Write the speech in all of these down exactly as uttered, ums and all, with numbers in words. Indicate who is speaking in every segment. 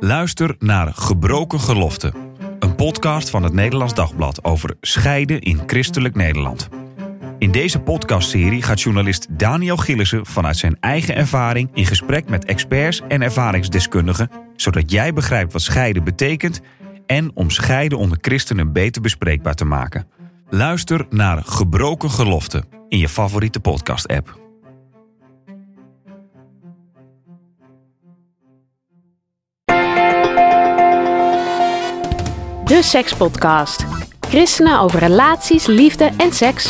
Speaker 1: Luister naar Gebroken Geloften. Een podcast van het Nederlands Dagblad over scheiden in christelijk Nederland. In deze podcastserie gaat journalist Daniel Gillissen vanuit zijn eigen ervaring in gesprek met experts en ervaringsdeskundigen, zodat jij begrijpt wat scheiden betekent en om scheiden onder christenen beter bespreekbaar te maken. Luister naar Gebroken Geloften in je favoriete podcast-app.
Speaker 2: De Sekspodcast. Christenen over relaties, liefde en seks.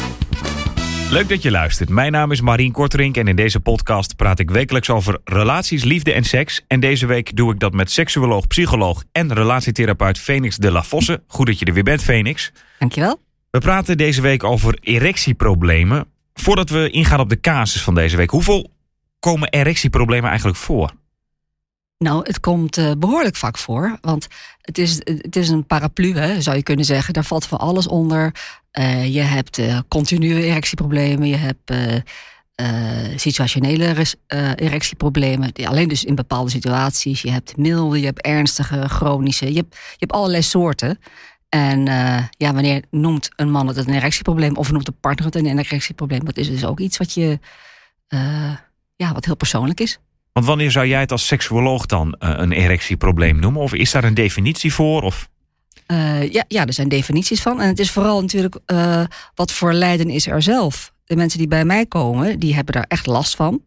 Speaker 1: Leuk dat je luistert. Mijn naam is Marien Korterink en in deze podcast praat ik wekelijks over relaties, liefde en seks. En deze week doe ik dat met seksuoloog, psycholoog en relatietherapeut Fenix de la Fosse. Goed dat je er weer bent, Fenix.
Speaker 3: Dankjewel.
Speaker 1: We praten deze week over erectieproblemen. Voordat we ingaan op de casus van deze week, hoeveel komen erectieproblemen eigenlijk voor?
Speaker 3: Nou, het komt uh, behoorlijk vaak voor, want het is, het is een paraplu, hè, zou je kunnen zeggen. Daar valt van alles onder. Uh, je hebt uh, continue erectieproblemen, je hebt uh, uh, situationele res, uh, erectieproblemen. Alleen dus in bepaalde situaties. Je hebt milde, je hebt ernstige, chronische. Je hebt, je hebt allerlei soorten. En uh, ja, wanneer noemt een man het een erectieprobleem of noemt de partner het een erectieprobleem? Dat is dus ook iets wat je, uh, ja, wat heel persoonlijk is.
Speaker 1: Want wanneer zou jij het als seksuoloog dan uh, een erectieprobleem noemen? Of is daar een definitie voor? Of?
Speaker 3: Uh, ja, ja, er zijn definities van. En het is vooral natuurlijk uh, wat voor lijden is er zelf. De mensen die bij mij komen, die hebben daar echt last van.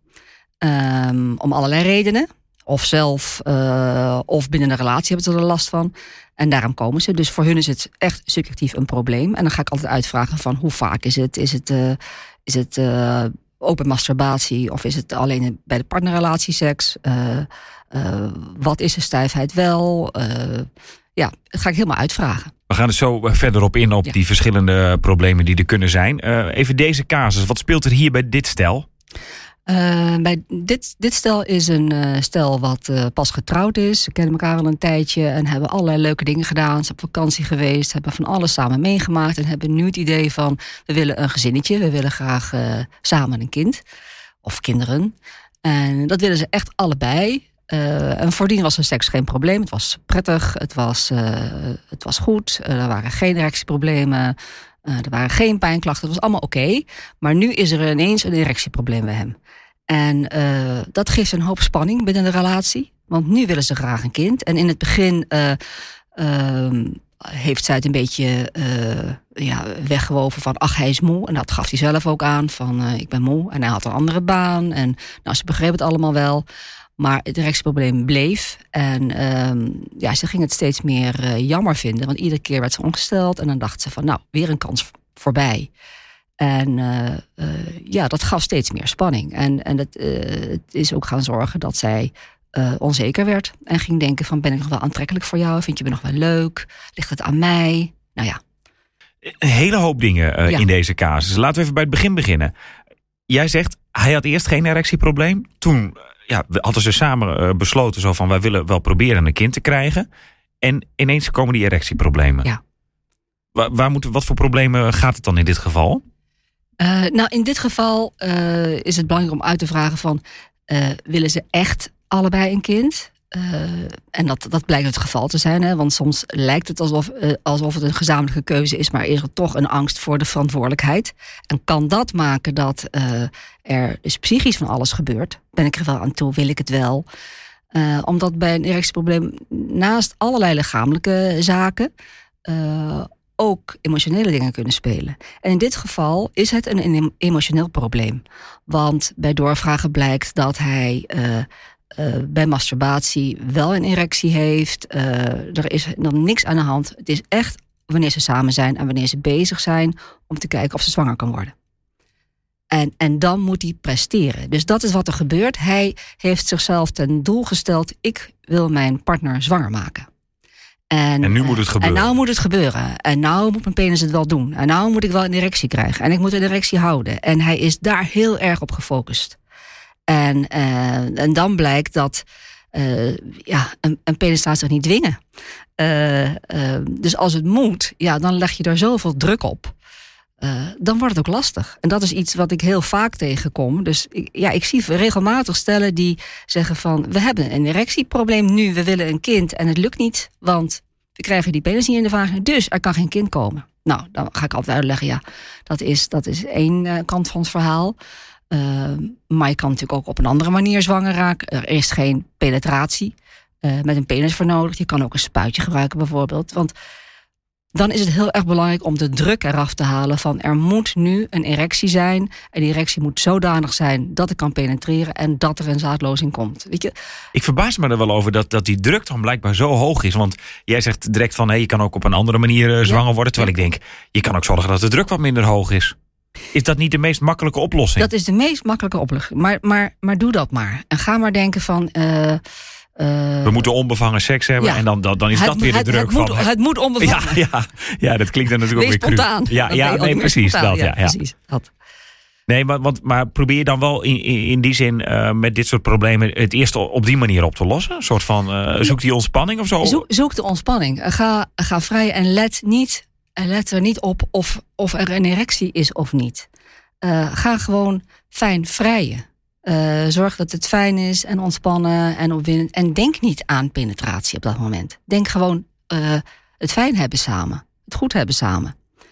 Speaker 3: Um, om allerlei redenen. Of zelf, uh, of binnen een relatie hebben ze er last van. En daarom komen ze. Dus voor hun is het echt subjectief een probleem. En dan ga ik altijd uitvragen van hoe vaak is het? Is het, uh, is het uh, ook bij masturbatie? Of is het alleen bij de partnerrelatie seks? Uh, uh, wat is de stijfheid wel? Uh, ja, dat ga ik helemaal uitvragen.
Speaker 1: We gaan er zo verder op in op ja. die verschillende problemen die er kunnen zijn. Uh, even deze casus. Wat speelt er hier bij dit stel?
Speaker 3: Uh, bij dit, dit stel is een uh, stel wat uh, pas getrouwd is. Ze kennen elkaar al een tijdje en hebben allerlei leuke dingen gedaan. Ze hebben op vakantie geweest, hebben van alles samen meegemaakt en hebben nu het idee van, we willen een gezinnetje. We willen graag uh, samen een kind of kinderen. En dat willen ze echt allebei. Uh, en voordien was er seks geen probleem. Het was prettig, het was, uh, het was goed. Uh, er waren geen erectieproblemen. Uh, er waren geen pijnklachten. Het was allemaal oké. Okay. Maar nu is er ineens een erectieprobleem bij hem. En uh, dat geeft een hoop spanning binnen de relatie. Want nu willen ze graag een kind. En in het begin uh, uh, heeft zij het een beetje uh, ja, weggewoven van, ach, hij is moe. En dat gaf hij zelf ook aan, van uh, ik ben moe. En hij had een andere baan. En nou, ze begreep het allemaal wel. Maar het erectieprobleem bleef. En um, ja, ze ging het steeds meer uh, jammer vinden. Want iedere keer werd ze ongesteld. En dan dacht ze van, nou, weer een kans voorbij. En uh, uh, ja, dat gaf steeds meer spanning. En, en het, uh, het is ook gaan zorgen dat zij uh, onzeker werd. En ging denken van, ben ik nog wel aantrekkelijk voor jou? Vind je me nog wel leuk? Ligt het aan mij? Nou ja.
Speaker 1: Een hele hoop dingen uh,
Speaker 3: ja.
Speaker 1: in deze casus. Laten we even bij het begin beginnen. Jij zegt, hij had eerst geen erectieprobleem. Toen ja, hadden ze samen uh, besloten zo van, wij willen wel proberen een kind te krijgen. En ineens komen die erectieproblemen.
Speaker 3: Ja.
Speaker 1: Waar, waar moeten, wat voor problemen gaat het dan in dit geval?
Speaker 3: Uh, nou, in dit geval uh, is het belangrijk om uit te vragen van, uh, willen ze echt allebei een kind? Uh, en dat, dat blijkt het geval te zijn, hè? Want soms lijkt het alsof, uh, alsof het een gezamenlijke keuze is, maar is er toch een angst voor de verantwoordelijkheid. En kan dat maken dat uh, er dus psychisch van alles gebeurt? Ben ik er wel aan toe? Wil ik het wel? Uh, omdat bij een erectieprobleem naast allerlei lichamelijke zaken Uh, ook emotionele dingen kunnen spelen. En in dit geval is het een, een emotioneel probleem. Want bij doorvragen blijkt dat hij uh, uh, bij masturbatie wel een erectie heeft. Uh, er is dan niks aan de hand. Het is echt wanneer ze samen zijn en wanneer ze bezig zijn om te kijken of ze zwanger kan worden. En, en dan moet hij presteren. Dus dat is wat er gebeurt. Hij heeft zichzelf ten doel gesteld, ik wil mijn partner zwanger maken. En,
Speaker 1: en nu moet het gebeuren.
Speaker 3: En nou moet het gebeuren. En nou moet mijn penis het wel doen. En nou moet ik wel een erectie krijgen. En ik moet een erectie houden. En hij is daar heel erg op gefocust. En, uh, en dan blijkt dat uh, ja, een, een penis laat zich niet dwingen. Uh, uh, dus als het moet, ja, dan leg je daar zoveel druk op. Uh, dan wordt het ook lastig. En dat is iets wat ik heel vaak tegenkom. Dus ik, ja, ik zie regelmatig stellen die zeggen van... we hebben een erectieprobleem nu, we willen een kind... en het lukt niet, want we krijgen die penis niet in de vagina... dus er kan geen kind komen. Nou, dan ga ik altijd uitleggen, ja, dat is, dat is één uh, kant van het verhaal... Uh, maar je kan natuurlijk ook op een andere manier zwanger raken. Er is geen penetratie uh, met een penis voor nodig. Je kan ook een spuitje gebruiken bijvoorbeeld. Want dan is het heel erg belangrijk om de druk eraf te halen van... er moet nu een erectie zijn. En die erectie moet zodanig zijn dat ik kan penetreren... en dat er een zaadlozing komt. Weet je?
Speaker 1: Ik verbaas me er wel over dat, dat die druk dan blijkbaar zo hoog is. Want jij zegt direct van... Hey, je kan ook op een andere manier uh, zwanger ja. worden. Terwijl ja. ik denk, je kan ook zorgen dat de druk wat minder hoog is. Is dat niet de meest makkelijke oplossing?
Speaker 3: Dat is de meest makkelijke oplossing. Maar, maar, maar doe dat maar. En ga maar denken van... Uh, uh,
Speaker 1: we moeten onbevangen seks hebben. Ja. En dan, dan, dan is het, dat weer de druk
Speaker 3: het
Speaker 1: van...
Speaker 3: Moet, het moet onbevangen.
Speaker 1: Ja, ja, ja, dat klinkt dan natuurlijk
Speaker 3: Wees
Speaker 1: ook weer
Speaker 3: spontaan.
Speaker 1: cru. Ja, ja nee, precies.
Speaker 3: Spontaan.
Speaker 1: Dat, ja, ja.
Speaker 3: precies dat.
Speaker 1: Nee, maar, want, maar probeer je dan wel in, in die zin uh, met dit soort problemen... het eerst op die manier op te lossen? Een soort van, uh, zoek die ontspanning of zo?
Speaker 3: Zoek, zoek de ontspanning. Ga, ga vrij en let, niet, let er niet op of, of er een erectie is of niet. Uh, ga gewoon fijn vrijen. Uh, zorg dat het fijn is en ontspannen en opwindend. En denk niet aan penetratie op dat moment. Denk gewoon uh, het fijn hebben samen. Het goed hebben samen.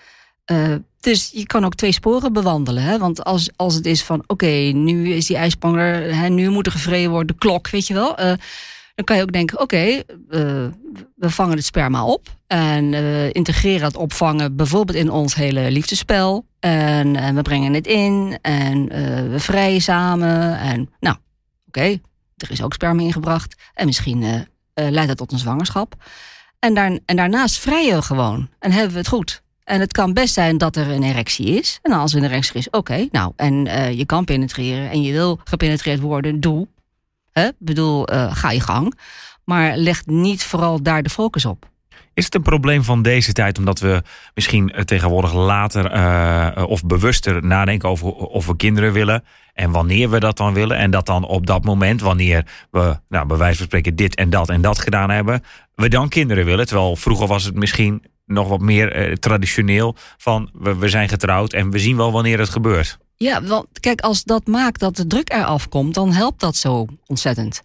Speaker 3: Uh, dus je kan ook twee sporen bewandelen. Hè? Want als, als het is van... oké, okay, nu is die ijsprong er... Hè, nu moet er gevreden worden, de klok, weet je wel... Uh, dan kan je ook denken, oké, okay, uh, we vangen het sperma op... en uh, integreren het opvangen bijvoorbeeld in ons hele liefdespel... en uh, we brengen het in en uh, we vrijen samen... en nou, oké, okay, er is ook sperma ingebracht... en misschien uh, uh, leidt dat tot een zwangerschap. En, daar, en daarnaast vrijen we gewoon en hebben we het goed... En het kan best zijn dat er een erectie is. En als er een erectie is, oké, okay, nou, en uh, je kan penetreren... en je wil gepenetreerd worden, doe... Ik bedoel, uh, ga je gang. Maar leg niet vooral daar de focus op.
Speaker 1: Is het een probleem van deze tijd omdat we misschien tegenwoordig later uh, of bewuster nadenken over of we kinderen willen en wanneer we dat dan willen en dat dan op dat moment, wanneer we nou, bij wijze van spreken dit en dat en dat gedaan hebben, we dan kinderen willen. Terwijl vroeger was het misschien nog wat meer uh, traditioneel van we, we zijn getrouwd en we zien wel wanneer het gebeurt.
Speaker 3: Ja, want kijk, als dat maakt dat de druk eraf komt, dan helpt dat zo ontzettend.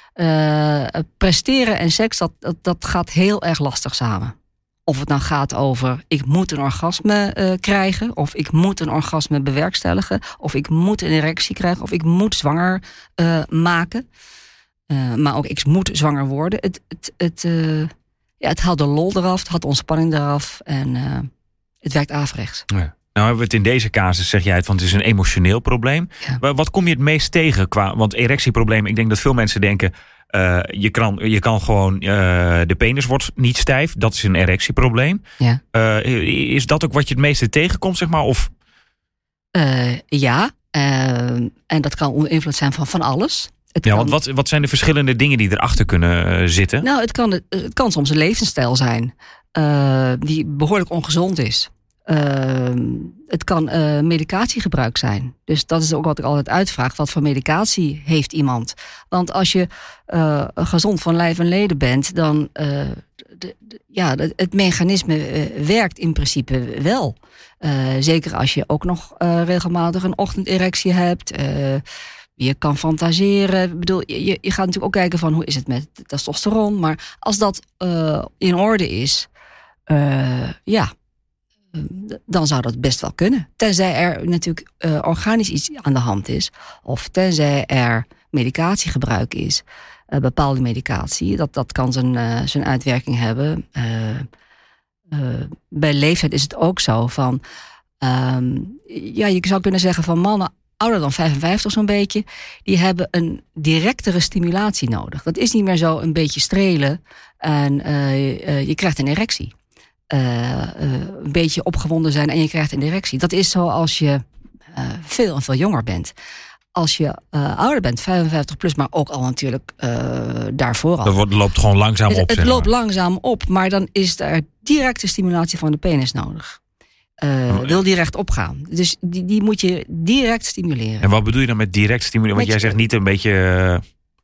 Speaker 3: Uh, presteren en seks, dat, dat, dat gaat heel erg lastig samen. Of het dan gaat over, ik moet een orgasme uh, krijgen... of ik moet een orgasme bewerkstelligen... of ik moet een erectie krijgen... of ik moet zwanger uh, maken. Uh, maar ook ik moet zwanger worden. Het, het, het, uh, ja, het haalt de lol eraf, het haalt de ontspanning eraf... en uh, het werkt averechts.
Speaker 1: Ja. Nou hebben we het in deze casus, zeg jij het, want het is een emotioneel probleem. Ja. Wat kom je het meest tegen qua, want erectieprobleem, ik denk dat veel mensen denken, uh, je, kan, je kan gewoon, uh, de penis wordt niet stijf, dat is een erectieprobleem.
Speaker 3: Ja.
Speaker 1: Uh, is dat ook wat je het meeste tegenkomt, zeg maar? Of?
Speaker 3: Uh, ja, uh, en dat kan onder invloed zijn van van alles. Het
Speaker 1: ja,
Speaker 3: kan...
Speaker 1: want wat, wat zijn de verschillende dingen die erachter kunnen uh, zitten?
Speaker 3: Nou, het kan, het kan soms een levensstijl zijn uh, die behoorlijk ongezond is. Uh, het kan uh, medicatiegebruik zijn. Dus dat is ook wat ik altijd uitvraag. Wat voor medicatie heeft iemand? Want als je uh, gezond van lijf en leden bent... dan uh, de, de, ja, het mechanisme uh, werkt in principe wel. Uh, zeker als je ook nog uh, regelmatig een ochtenderectie hebt... Uh, je kan fantaseren. Ik bedoel, je, je gaat natuurlijk ook kijken van... hoe is het met testosteron? Maar als dat uh, in orde is... Uh, ja... dan zou dat best wel kunnen. Tenzij er natuurlijk uh, organisch iets aan de hand is. Of tenzij er medicatiegebruik is. Uh, bepaalde medicatie. Dat, dat kan zijn, uh, zijn uitwerking hebben. Uh, uh, bij leeftijd is het ook zo van... Um, ja, je zou kunnen zeggen van mannen ouder dan vijfenvijftig zo'n beetje... die hebben een directere stimulatie nodig. Dat is niet meer zo een beetje strelen... en uh, uh, je krijgt een erectie. Uh, uh, een beetje opgewonden zijn en je krijgt een erectie. Dat is zo als je uh, veel en veel jonger bent. Als je uh, ouder bent, vijfenvijftig plus, maar ook al natuurlijk uh, daarvoor al.
Speaker 1: Dat wordt, loopt gewoon langzaam op.
Speaker 3: Het, het loopt langzaam op, maar dan is er directe stimulatie van de penis nodig. Uh, oh, wil die rechtop gaan. Dus die, die moet je direct stimuleren.
Speaker 1: En wat bedoel je dan met direct stimuleren? Want
Speaker 3: met
Speaker 1: jij zegt niet een beetje... Uh...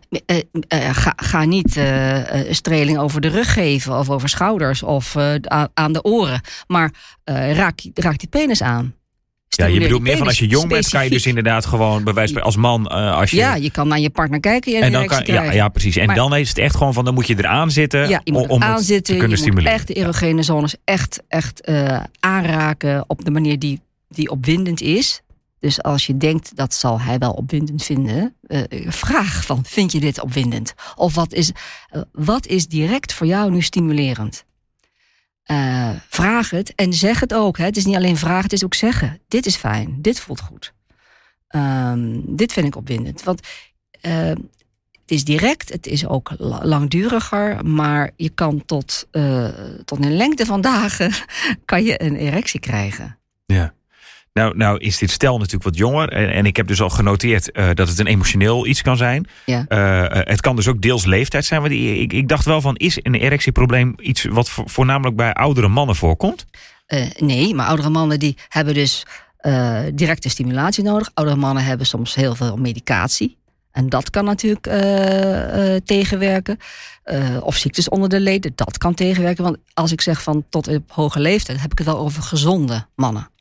Speaker 3: uh, uh, ga, ga niet uh, uh, streling over de rug geven of over schouders of uh, aan de oren. Maar uh, raak, raak die penis aan.
Speaker 1: Ja, je bedoelt meer van als je jong specifiek bent, kan je dus inderdaad gewoon bij wijze van als man. Uh, als je...
Speaker 3: Ja, je kan naar je partner kijken en, en dan kan,
Speaker 1: ja, ja, precies. En maar, dan is het echt gewoon van dan moet je eraan zitten.
Speaker 3: Ja, je moet
Speaker 1: om
Speaker 3: eraan zitten.
Speaker 1: Te kunnen
Speaker 3: je
Speaker 1: stimuleren.
Speaker 3: Moet echt de erogene zones echt, echt uh, aanraken op de manier die, die opwindend is. Dus als je denkt dat zal hij wel opwindend vinden, uh, vraag van vind je dit opwindend? Of wat is, uh, wat is direct voor jou nu stimulerend? Uh, vraag het en zeg het ook. Hè. Het is niet alleen vragen, het is ook zeggen. Dit is fijn, dit voelt goed. Um, dit vind ik opwindend. Want uh, het is direct, het is ook langduriger, maar je kan tot, uh, tot een lengte van dagen kan je een erectie krijgen.
Speaker 1: Ja. Nou, nou is dit stel natuurlijk wat jonger. En, en ik heb dus al genoteerd uh, dat het een emotioneel iets kan zijn.
Speaker 3: Ja.
Speaker 1: Uh, het kan dus ook deels leeftijd zijn. Want ik, ik dacht wel van, is een erectieprobleem iets wat vo- voornamelijk bij oudere mannen voorkomt?
Speaker 3: Uh, nee, maar oudere mannen die hebben dus uh, directe stimulatie nodig. Oudere mannen hebben soms heel veel medicatie. En dat kan natuurlijk uh, uh, tegenwerken. Uh, of ziektes onder de leden, dat kan tegenwerken. Want als ik zeg van tot op hoge leeftijd, heb ik het wel over gezonde mannen.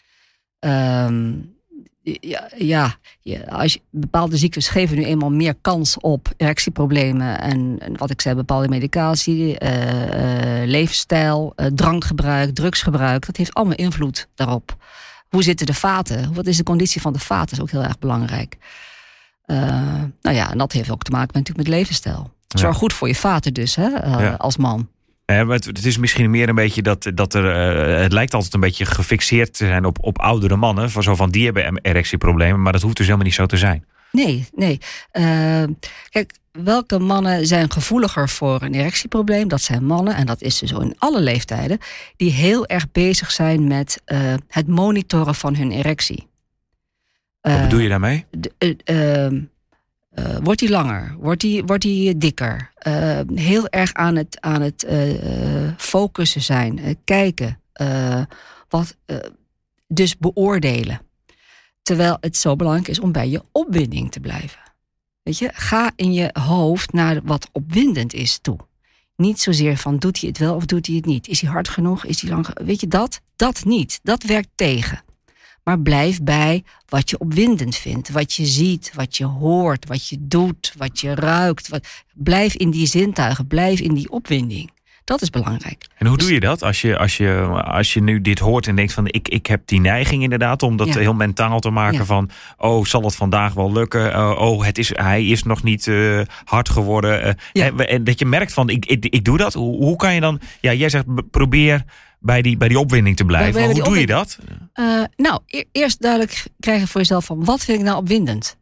Speaker 3: Um, ja, ja, ja, als je, bepaalde ziektes geven nu eenmaal meer kans op erectieproblemen. En, en wat ik zei, bepaalde medicatie, uh, uh, levensstijl, uh, drankgebruik, drugsgebruik. Dat heeft allemaal invloed daarop. Hoe zitten de vaten? Wat is de conditie van de vaten? Dat is ook heel erg belangrijk. Uh, nou ja, en dat heeft ook te maken met, natuurlijk met levensstijl. Zorg ja. goed voor je vaten dus, hè, uh, ja. als man.
Speaker 1: Ja, maar het, het is misschien meer een beetje dat, dat er... Uh, het lijkt altijd een beetje gefixeerd te zijn op, op oudere mannen. Van zo van, die hebben erectieproblemen. Maar dat hoeft dus helemaal niet zo te zijn.
Speaker 3: Nee, nee. Uh, kijk, welke mannen zijn gevoeliger voor een erectieprobleem? Dat zijn mannen, en dat is dus zo in alle leeftijden, die heel erg bezig zijn met uh, het monitoren van hun erectie.
Speaker 1: Wat uh, bedoel je daarmee?
Speaker 3: De, uh, uh, Uh, wordt die langer? Wordt die, wordt die dikker? Uh, heel erg aan het, aan het uh, focussen zijn. Uh, kijken. Uh, wat, uh, dus beoordelen. Terwijl het zo belangrijk is om bij je opwinding te blijven. Weet je? Ga in je hoofd naar wat opwindend is toe. Niet zozeer van doet hij het wel of doet hij het niet. Is hij hard genoeg? Is hij lang genoeg? Weet je dat? Dat niet. Dat werkt tegen. Maar blijf bij wat je opwindend vindt. Wat je ziet, wat je hoort, wat je doet, wat je ruikt. Wat... Blijf in die zintuigen, blijf in die opwinding. Dat is belangrijk.
Speaker 1: En hoe dus... doe je dat? Als je, als, je, als je nu dit hoort en denkt van ik, ik heb die neiging inderdaad om dat ja. heel mentaal te maken ja. van oh, zal het vandaag wel lukken? Uh, oh, het is, hij is nog niet uh, hard geworden. Uh, ja. En dat je merkt van ik, ik, ik doe dat. Hoe, hoe kan je dan, ja, jij zegt probeer bij die, bij die opwinding te blijven. Bij, bij hoe doe opwinding. je dat?
Speaker 3: Uh, nou, e- eerst duidelijk krijgen voor jezelf van wat vind ik nou opwindend?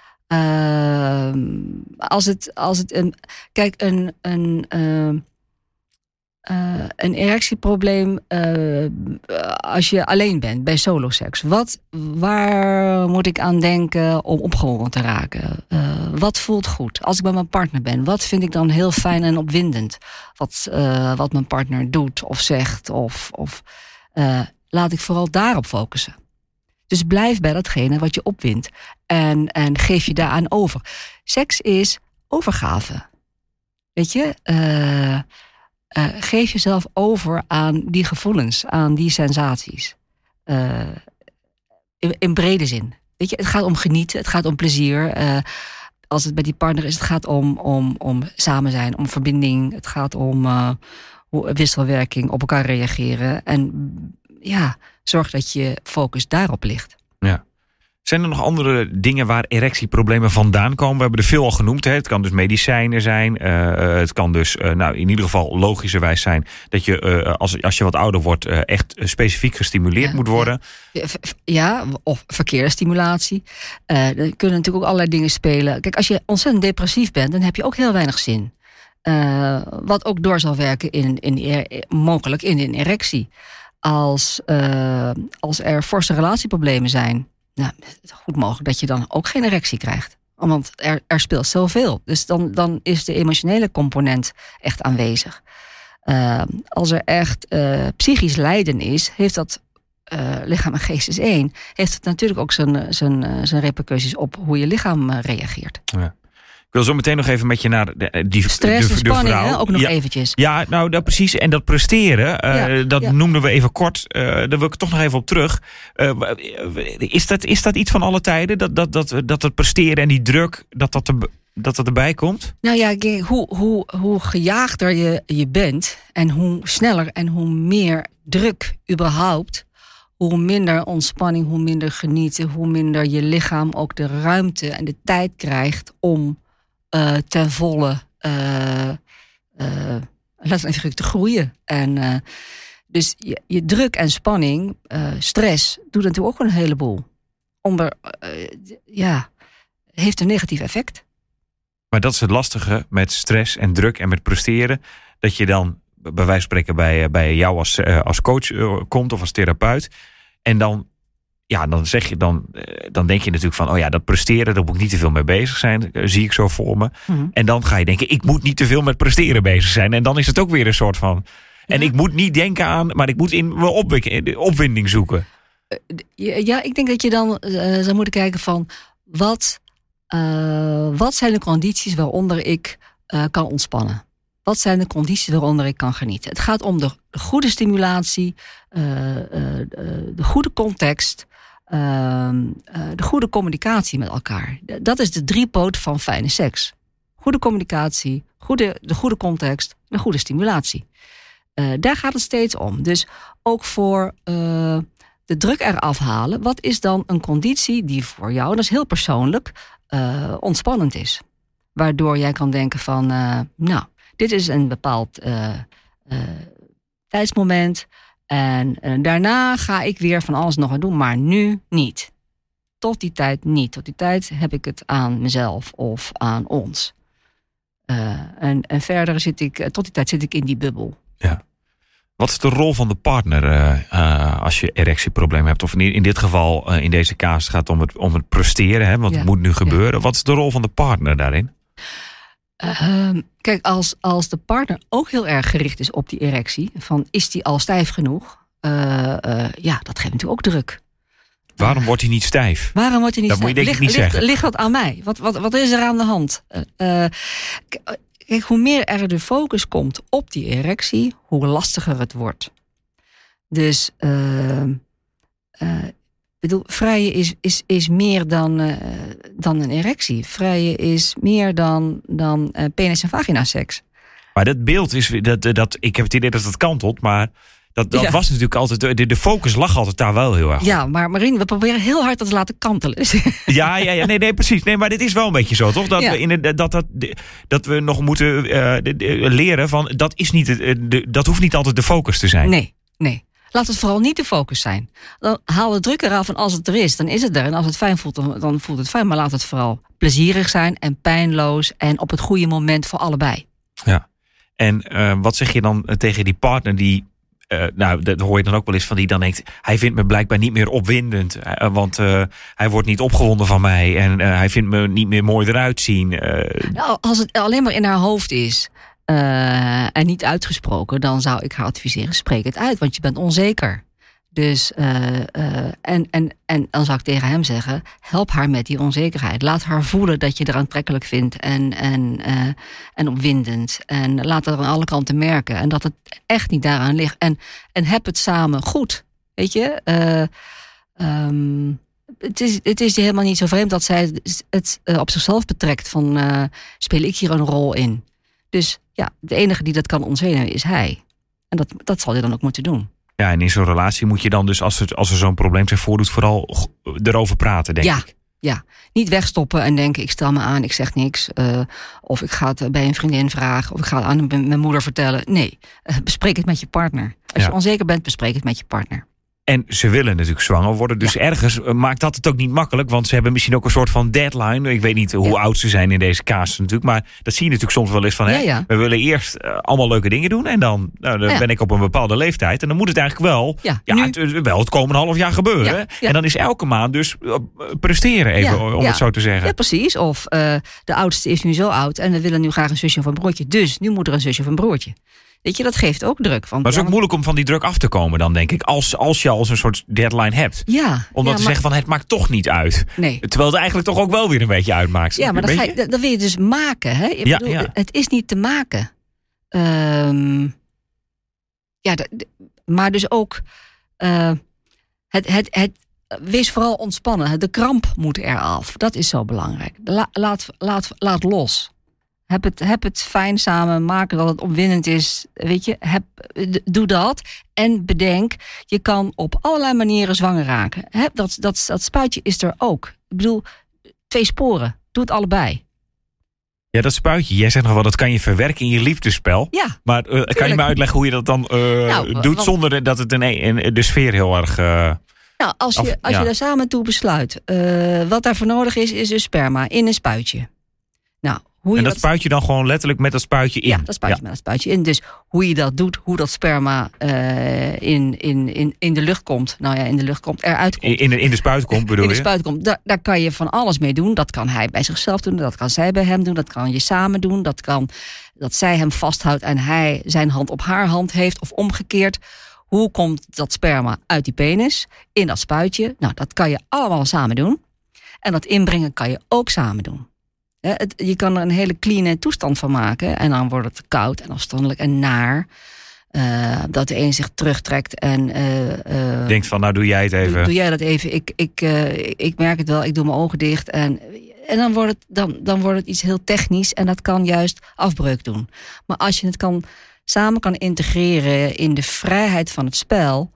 Speaker 3: Uh, als het, als het een, kijk, een, een, uh, uh, een erectieprobleem uh, als je alleen bent bij soloseks. Wat, waar moet ik aan denken om opgewonden te raken? Uh, wat voelt goed? Als ik bij mijn partner ben, wat vind ik dan heel fijn en opwindend? Wat, uh, wat mijn partner doet of zegt. Of, of uh, laat ik vooral daarop focussen. Dus blijf bij datgene wat je opwindt. En, en geef je daaraan over. Seks is overgave. Weet je? Uh, uh, geef jezelf over aan die gevoelens. Aan die sensaties. Uh, in, in brede zin. Weet je? Het gaat om genieten. Het gaat om plezier. Uh, als het bij die partner is. Het gaat om, om, om samen zijn. Om verbinding. Het gaat om uh, wisselwerking. Op elkaar reageren. En ja... Zorg dat je focus daarop ligt.
Speaker 1: Ja. Zijn er nog andere dingen waar erectieproblemen vandaan komen? We hebben er veel al genoemd. Hè? Het kan dus medicijnen zijn. Uh, het kan dus uh, nou, in ieder geval logischerwijs zijn... dat je uh, als, als je wat ouder wordt... Uh, echt specifiek gestimuleerd ja, moet worden.
Speaker 3: Ja, ja, of verkeerde stimulatie. Uh, er kunnen natuurlijk ook allerlei dingen spelen. Kijk, als je ontzettend depressief bent... dan heb je ook heel weinig zin. Uh, wat ook door zal werken in, in, mogelijk in een erectie. Als, uh, als er forse relatieproblemen zijn... Nou, het is goed mogelijk dat je dan ook geen erectie krijgt. Want er, er speelt zoveel. Dus dan, dan is de emotionele component echt aanwezig. Uh, als er echt uh, psychisch lijden is... heeft dat, uh, lichaam en geest is één... heeft het natuurlijk ook zijn, zijn, zijn repercussies op hoe je lichaam uh, reageert.
Speaker 1: Ja. Ik wil zo meteen nog even met je naar de, die
Speaker 3: stress
Speaker 1: de,
Speaker 3: en
Speaker 1: de,
Speaker 3: spanning,
Speaker 1: de vrouw.
Speaker 3: hè? Ook nog
Speaker 1: ja,
Speaker 3: eventjes.
Speaker 1: Ja, nou dat precies. En dat presteren, uh,
Speaker 3: Ja,
Speaker 1: dat
Speaker 3: ja.
Speaker 1: noemden we even kort. Uh, daar wil ik toch nog even op terug. Uh, is, dat, is dat iets van alle tijden? Dat, dat, dat, dat het presteren en die druk, dat dat, er, dat, dat erbij komt?
Speaker 3: Nou ja, kijk, hoe, hoe, hoe gejaagder je, je bent en hoe sneller en hoe meer druk überhaupt, hoe minder ontspanning, hoe minder genieten, hoe minder je lichaam ook de ruimte en de tijd krijgt om uh, ten volle uh, uh, laten we even te groeien. En uh, dus je, je druk en spanning, uh, stress, doet natuurlijk ook een heleboel. Onder, uh, ja, heeft een negatief effect.
Speaker 1: Maar dat is het lastige met stress en druk en met presteren, dat je dan bij wijze van spreken bij, bij jou als, uh, als coach uh, komt of als therapeut. En dan, ja, dan zeg je dan, uh, dan denk je natuurlijk van, oh ja, dat presteren, daar moet ik niet te veel mee bezig zijn, uh, zie ik zo voor me. Mm-hmm. En dan ga je denken, ik moet niet te veel met presteren bezig zijn. En dan is het ook weer een soort van, ja. En ik moet niet denken aan, maar ik moet in mijn opwek- opwinding zoeken.
Speaker 3: Uh, ja, ik denk dat je dan uh, zou moeten kijken van, wat, uh, wat zijn de condities waaronder ik uh, kan ontspannen? Wat zijn de condities waaronder ik kan genieten? Het gaat om de, de goede stimulatie, uh, uh, de goede context, uh, uh, de goede communicatie met elkaar. Dat is de driepoot van fijne seks. Goede communicatie, goede, de goede context, de goede stimulatie. Uh, daar gaat het steeds om. Dus ook voor uh, de druk eraf halen. Wat is dan een conditie die voor jou, dat is heel persoonlijk, uh, ontspannend is? Waardoor jij kan denken van, uh, nou, dit is een bepaald uh, uh, tijdsmoment. En uh, daarna ga ik weer van alles nog aan doen, maar nu niet. Tot die tijd niet. Tot die tijd heb ik het aan mezelf of aan ons. Uh, en, en verder zit ik, tot die tijd zit ik in die bubbel.
Speaker 1: Ja. Wat is de rol van de partner uh, uh, als je erectieprobleem hebt? Of in, in dit geval, uh, in deze casus gaat het om het, om het presteren, hè, want ja. het moet nu gebeuren. Ja. Wat is de rol van de partner daarin?
Speaker 3: Uh, kijk, als, als de partner ook heel erg gericht is op die erectie, van is die al stijf genoeg? Uh, uh, ja, dat geeft natuurlijk ook druk.
Speaker 1: Waarom wordt hij niet stijf?
Speaker 3: Waarom wordt hij niet
Speaker 1: dat
Speaker 3: stijf?
Speaker 1: Dat moet je denk ik niet
Speaker 3: ligt,
Speaker 1: zeggen.
Speaker 3: Ligt dat aan mij? Wat, wat, wat is er aan de hand? Uh, uh, kijk, hoe meer er de focus komt op die erectie, hoe lastiger het wordt. Dus, uh, uh, bedoel, vrijen is, is, is meer dan, uh, dan een erectie. Vrijen is meer dan, dan uh, penis- en vaginaseks.
Speaker 1: Maar dat beeld is, dat, dat, ik heb het idee dat het kantelt, maar dat, dat
Speaker 3: ja.
Speaker 1: was natuurlijk altijd, de, de focus lag altijd daar wel heel erg op.
Speaker 3: Ja, maar Marien, we proberen heel hard dat te laten kantelen.
Speaker 1: Ja, ja, ja nee, nee, precies. Nee, maar dit is wel een beetje zo, toch? Dat, ja. we, in de, dat, dat, dat we nog moeten uh, de, de, leren van, dat, is niet de, de, dat hoeft niet altijd de focus te zijn.
Speaker 3: Nee, nee. Laat het vooral niet de focus zijn. Dan haal de druk eraf en als het er is, dan is het er. En als het fijn voelt, dan, dan voelt het fijn. Maar laat het vooral plezierig zijn en pijnloos en op het goede moment voor allebei.
Speaker 1: Ja. En uh, wat zeg je dan tegen die partner die, uh, nou, dat hoor je dan ook wel eens van, die dan denkt, hij vindt me blijkbaar niet meer opwindend, uh, want uh, hij wordt niet opgewonden van mij en uh, hij vindt me niet meer mooi eruit zien. Uh.
Speaker 3: Nou, als het alleen maar in haar hoofd is uh, en niet uitgesproken, dan zou ik haar adviseren, spreek het uit, want je bent onzeker. Dus, uh, uh, en, en, en dan zou ik tegen hem zeggen, help haar met die onzekerheid. Laat haar voelen dat je er aantrekkelijk vindt en, en, uh, en opwindend. En laat dat aan alle kanten merken. En dat het echt niet daaraan ligt. En, en heb het samen goed. Weet je? Uh, um, het, is, het is helemaal niet zo vreemd dat zij het uh, op zichzelf betrekt. Van, uh, speel ik hier een rol in? Dus ja, de enige die dat kan ontzenuwen is hij. En dat, dat zal hij dan ook moeten doen.
Speaker 1: Ja, en in zo'n relatie moet je dan dus, als er, als er zo'n probleem zich voordoet, vooral erover praten, denk
Speaker 3: ja,
Speaker 1: ik.
Speaker 3: Ja, niet wegstoppen en denken, ik stel me aan, ik zeg niks. Uh, of ik ga het bij een vriendin vragen, of ik ga het aan mijn moeder vertellen. Nee, uh, bespreek het met je partner. Als ja. je onzeker bent, bespreek het met je partner.
Speaker 1: En ze willen natuurlijk zwanger worden. Dus ja. ergens maakt dat het ook niet makkelijk. Want ze hebben misschien ook een soort van deadline. Ik weet niet hoe ja. oud ze zijn in deze casus natuurlijk. Maar dat zie je natuurlijk soms wel eens van.
Speaker 3: Ja,
Speaker 1: hè,
Speaker 3: ja.
Speaker 1: we willen eerst uh, allemaal leuke dingen doen. En dan, nou, dan ja. ben ik op een bepaalde leeftijd. En dan moet het eigenlijk wel,
Speaker 3: ja,
Speaker 1: ja, het, wel het komende half jaar gebeuren.
Speaker 3: Ja, ja.
Speaker 1: En dan is elke maand dus uh, presteren even, ja, om ja. het zo te zeggen.
Speaker 3: Ja, precies. Of uh, de oudste is nu zo oud. En we willen nu graag een zusje of een broertje. Dus nu moet er een zusje of een broertje. Weet je, dat geeft ook druk. Want
Speaker 1: maar het is ook moeilijk om van die druk af te komen dan, denk ik. Als, als je al zo'n soort deadline hebt.
Speaker 3: Ja.
Speaker 1: Om dan
Speaker 3: ja,
Speaker 1: te
Speaker 3: maar, zeggen
Speaker 1: van, het maakt toch niet uit.
Speaker 3: Nee.
Speaker 1: Terwijl het eigenlijk toch ook wel weer een beetje uitmaakt.
Speaker 3: Ja, maar dat, ga je, dat, dat wil je dus maken. Hè? Ik
Speaker 1: ja,
Speaker 3: bedoel,
Speaker 1: ja.
Speaker 3: Het is niet te maken. Um, ja, de, de, maar dus ook... Uh, het, het, het, wees vooral ontspannen. De kramp moet eraf. Dat is zo belangrijk. La, laat, laat, laat los. Heb het, heb het fijn samen. Maak dat het opwindend is. Weet je, heb, doe dat. En bedenk, je kan op allerlei manieren zwanger raken. He, dat, dat, dat spuitje is er ook. Ik bedoel, twee sporen. Doe het allebei.
Speaker 1: Ja, dat spuitje. Jij zegt nog wel, dat kan je verwerken in je liefdespel.
Speaker 3: Ja.
Speaker 1: Maar uh, kan je me uitleggen hoe je dat dan uh, nou, doet... Want, zonder dat het in, in de sfeer heel erg... Uh,
Speaker 3: nou, als je, af, als ja. je daar samen toe besluit... Uh, wat daarvoor nodig is, is dus sperma in een spuitje. Nou, hoe je
Speaker 1: en dat,
Speaker 3: dat
Speaker 1: spuitje dan gewoon letterlijk met dat spuitje in?
Speaker 3: Ja, dat spuitje ja. met dat spuitje in. Dus hoe je dat doet, hoe dat sperma uh, in, in, in, in de lucht komt. Nou ja, in de lucht komt, eruit komt.
Speaker 1: In de, in de spuit komt, bedoel je?
Speaker 3: In de spuit komt. Daar, daar kan je van alles mee doen. Dat kan hij bij zichzelf doen, dat kan zij bij hem doen. Dat kan je samen doen. Dat kan dat zij hem vasthoudt en hij zijn hand op haar hand heeft. Of omgekeerd. Hoe komt dat sperma uit die penis? In dat spuitje. Nou, dat kan je allemaal samen doen. En dat inbrengen kan je ook samen doen. Ja, het, je kan er een hele clean toestand van maken. En dan wordt het koud en afstandelijk en naar. Uh, dat de een zich terugtrekt en... Uh, uh,
Speaker 1: denkt van, nou doe jij het even.
Speaker 3: Doe, doe jij dat even. Ik, ik, uh, ik merk het wel, ik doe mijn ogen dicht. En, en dan, wordt het, dan, dan wordt het iets heel technisch. En dat kan juist afbreuk doen. Maar als je het kan, samen kan integreren in de vrijheid van het spel...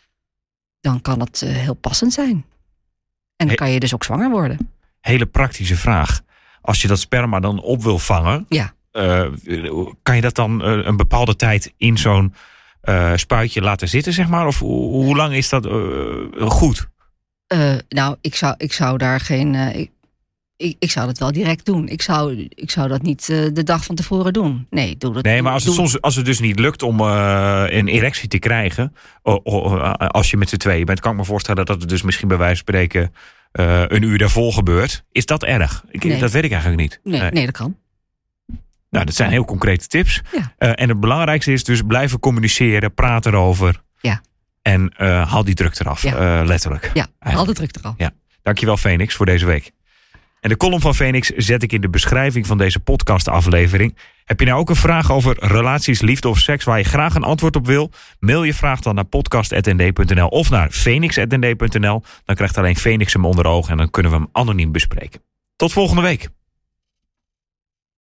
Speaker 3: dan kan het uh, heel passend zijn. En dan He- kan je dus ook zwanger worden.
Speaker 1: Hele praktische vraag. Als je dat sperma dan op wil vangen...
Speaker 3: Ja.
Speaker 1: Uh, kan je dat dan uh, een bepaalde tijd in zo'n uh, spuitje laten zitten, zeg maar? Of hoe, hoe lang is dat uh, goed?
Speaker 3: Uh, nou, ik zou, ik zou daar geen... Uh, ik, ik, ik zou dat wel direct doen. Ik zou, ik zou dat niet uh, de dag van tevoren doen. Nee, doe dat.
Speaker 1: Nee, maar als het,
Speaker 3: doe,
Speaker 1: soms, als het dus niet lukt om uh, een erectie te krijgen... Uh, uh, als je met z'n tweeën bent, kan ik me voorstellen dat het dus misschien bij wijze van spreken... Uh, een uur daarvoor gebeurt. Is dat erg? Ik,
Speaker 3: nee.
Speaker 1: Dat weet ik eigenlijk niet.
Speaker 3: Nee, nee. nee dat kan.
Speaker 1: Nou, dat zijn heel concrete tips.
Speaker 3: Ja.
Speaker 1: Uh, en het belangrijkste is dus blijven communiceren, praten erover.
Speaker 3: Ja.
Speaker 1: En uh, haal die druk eraf, ja. uh, letterlijk.
Speaker 3: Ja, eigenlijk. haal de druk eraf.
Speaker 1: Ja. Dankjewel, Phoenix, voor deze week. En de column van Phoenix zet ik in de beschrijving van deze podcastaflevering. Heb je nou ook een vraag over relaties, liefde of seks... waar je graag een antwoord op wil? Mail je vraag dan naar podcast punt n d punt n l of naar phoenix punt n d punt n l. Dan krijgt alleen Phoenix hem onder ogen en dan kunnen we hem anoniem bespreken. Tot volgende week.